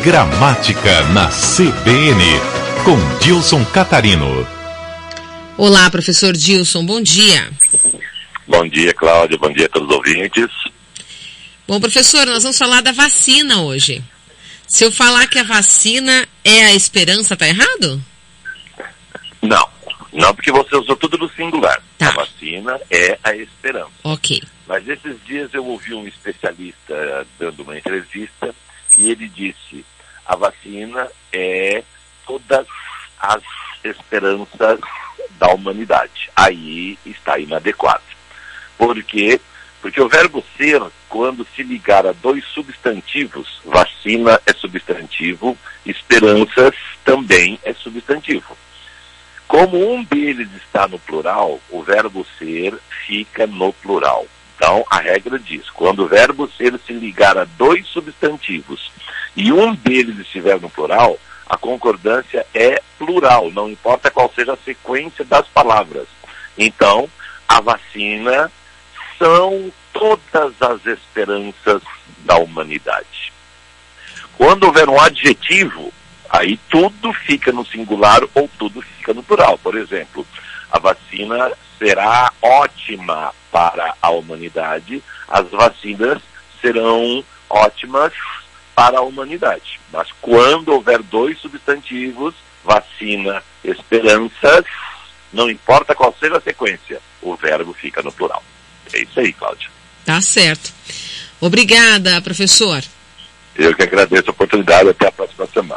Gramática na CBN, com Dilson Catarino. Olá, professor Dilson, bom dia. Bom dia, Cláudia, bom dia a todos os ouvintes. Bom, professor, nós vamos falar da vacina hoje. Se eu falar que a vacina é a esperança, tá errado? Não, porque você usou tudo no singular. Tá. A vacina é a esperança. Ok. Mas esses dias eu ouvi um especialista dando uma entrevista e ele disse: a vacina é todas as esperanças da humanidade. Aí está inadequado. Por quê? Porque o verbo ser, quando se ligar a dois substantivos, vacina é substantivo, esperanças também é substantivo. Como um deles está no plural, o verbo ser fica no plural. Então, a regra diz, quando o verbo ser se ligar a dois substantivos e um deles estiver no plural, a concordância é plural, não importa qual seja a sequência das palavras. Então, a vacina são todas as esperanças da humanidade. Quando houver um adjetivo, aí tudo fica no singular ou tudo fica no plural. Por exemplo, a vacina será ótima para a humanidade, as vacinas serão ótimas para a humanidade. Mas quando houver dois substantivos, vacina, esperanças, não importa qual seja a sequência, o verbo fica no plural. É isso aí, Cláudia. Tá certo. Obrigada, professor. Eu que agradeço a oportunidade. Até a próxima semana.